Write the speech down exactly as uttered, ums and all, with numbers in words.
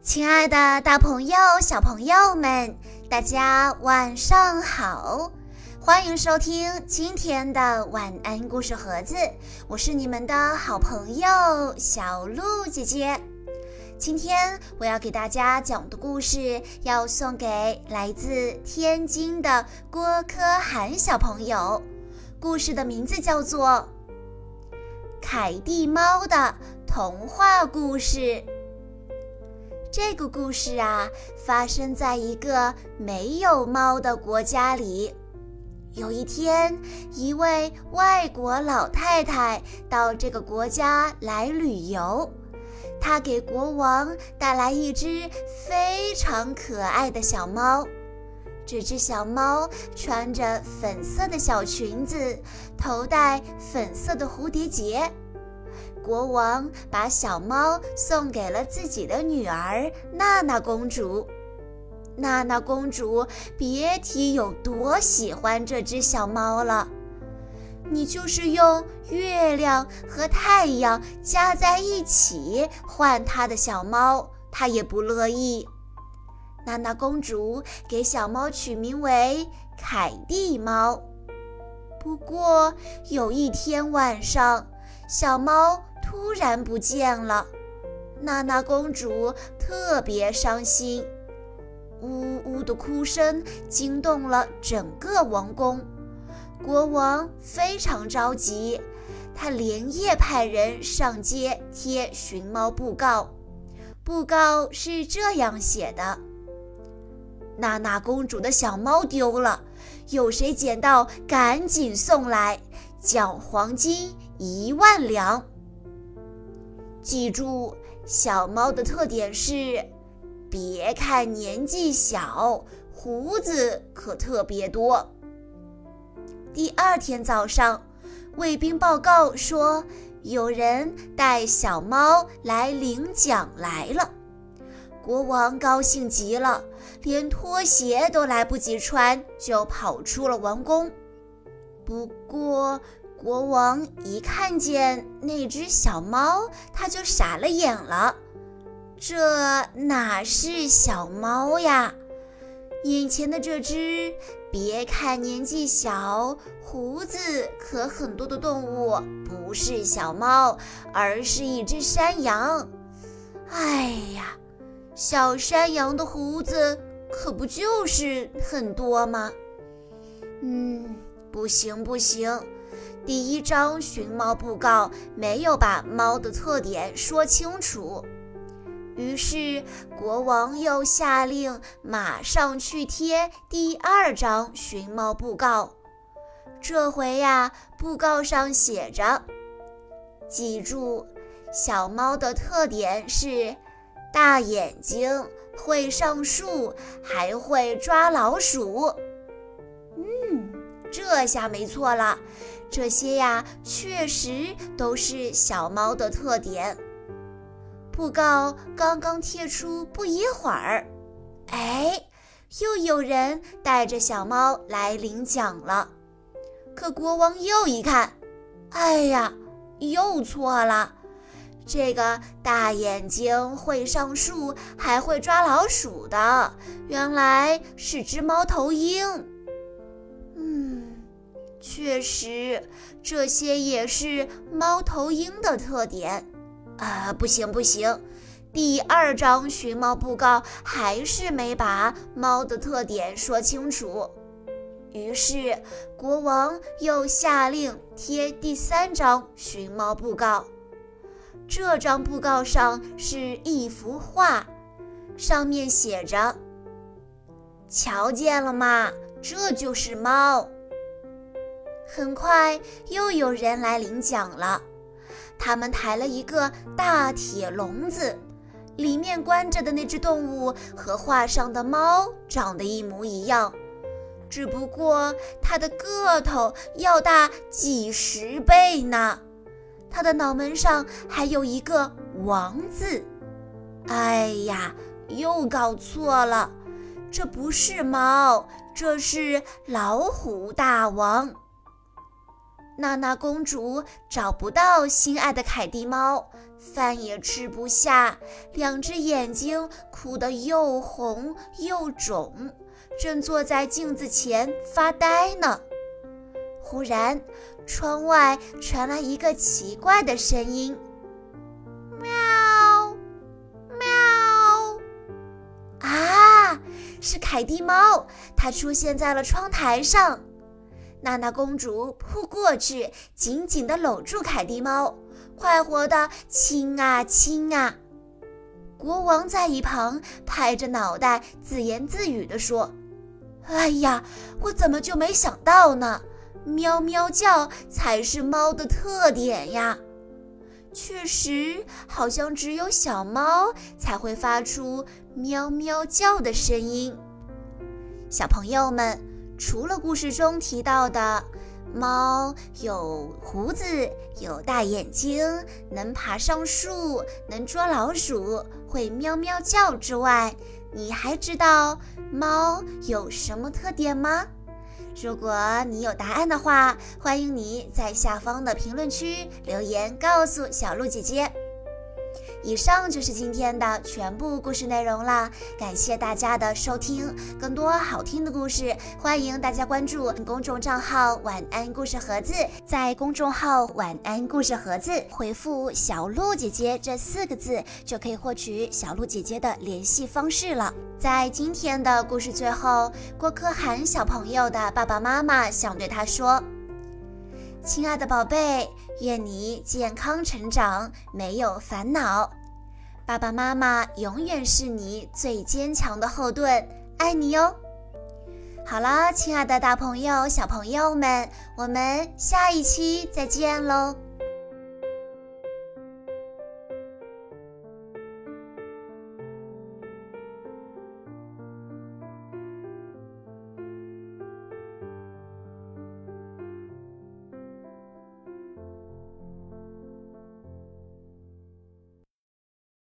亲爱的大朋友小朋友们，大家晚上好，欢迎收听今天的晚安故事盒子，我是你们的好朋友小鹿姐姐。今天我要给大家讲的故事要送给来自天津的郭科涵小朋友，故事的名字叫做凯蒂猫的童话故事。这个故事啊，发生在一个没有猫的国家里。有一天，一位外国老太太到这个国家来旅游，她给国王带来一只非常可爱的小猫。这只小猫穿着粉色的小裙子，头戴粉色的蝴蝶结。国王把小猫送给了自己的女儿娜娜公主。娜娜公主别提有多喜欢这只小猫了，你就是用月亮和太阳加在一起换她的小猫，她也不乐意。娜娜公主给小猫取名为凯蒂猫。不过有一天晚上，小猫突然不见了，娜娜公主特别伤心，呜呜的哭声惊动了整个王宫。国王非常着急，他连夜派人上街贴寻猫布告。布告是这样写的：娜娜公主的小猫丢了，有谁捡到赶紧送来，奖黄金一万两。记住，小猫的特点是，别看年纪小，胡子可特别多。第二天早上，卫兵报告说，有人带小猫来领奖来了。国王高兴极了，连拖鞋都来不及穿，就跑出了王宫。不过国王一看见那只小猫，他就傻了眼了。这哪是小猫呀？眼前的这只别看年纪小，胡子可很多的动物，不是小猫，而是一只山羊。哎呀，小山羊的胡子可不就是很多吗？嗯，不行不行，第一张寻猫布告没有把猫的特点说清楚。于是国王又下令马上去贴第二张寻猫布告。这回呀，布告上写着：记住，小猫的特点是大眼睛，会上树，还会抓老鼠。嗯，这下没错了，这些呀，确实都是小猫的特点。布告刚刚贴出不一会儿，哎，又有人带着小猫来领奖了。可国王又一看，哎呀，又错了。这个大眼睛会上树还会抓老鼠的，原来是只猫头鹰。嗯，确实，这些也是猫头鹰的特点。啊，不行不行，第二张寻猫布告还是没把猫的特点说清楚。于是国王又下令贴第三张寻猫布告。这张布告上是一幅画，上面写着：瞧见了吗？这就是猫。很快又有人来领奖了。他们抬了一个大铁笼子，里面关着的那只动物和画上的猫长得一模一样，只不过它的个头要大几十倍呢。它的脑门上还有一个王字。哎呀，又搞错了，这不是猫，这是老虎大王。 娜娜公主找不到心爱的凯蒂猫，饭也吃不下，两只眼睛哭得又红又肿，正坐在镜子前发呆呢。忽然，窗外传来一个奇怪的声音：喵喵！啊，是凯蒂猫，它出现在了窗台上。娜娜公主扑过去，紧紧地搂住凯蒂猫，快活地亲啊亲啊。国王在一旁拍着脑袋自言自语地说：哎呀，我怎么就没想到呢？喵喵叫才是猫的特点呀。确实，好像只有小猫才会发出喵喵叫的声音。小朋友们，除了故事中提到的猫有胡子、有大眼睛、能爬上树、能捉老鼠、会喵喵叫之外，你还知道猫有什么特点吗？如果你有答案的话，欢迎你在下方的评论区留言告诉小鹿姐姐。以上就是今天的全部故事内容啦，感谢大家的收听。更多好听的故事，欢迎大家关注公众账号晚安故事盒子，在公众号晚安故事盒子回复小鹿姐姐这四个字，就可以获取小鹿姐姐的联系方式了。在今天的故事最后，郭可涵小朋友的爸爸妈妈想对他说：亲爱的宝贝，愿你健康成长，没有烦恼。爸爸妈妈永远是你最坚强的后盾，爱你哟。好了，亲爱的大朋友、小朋友们，我们下一期再见喽。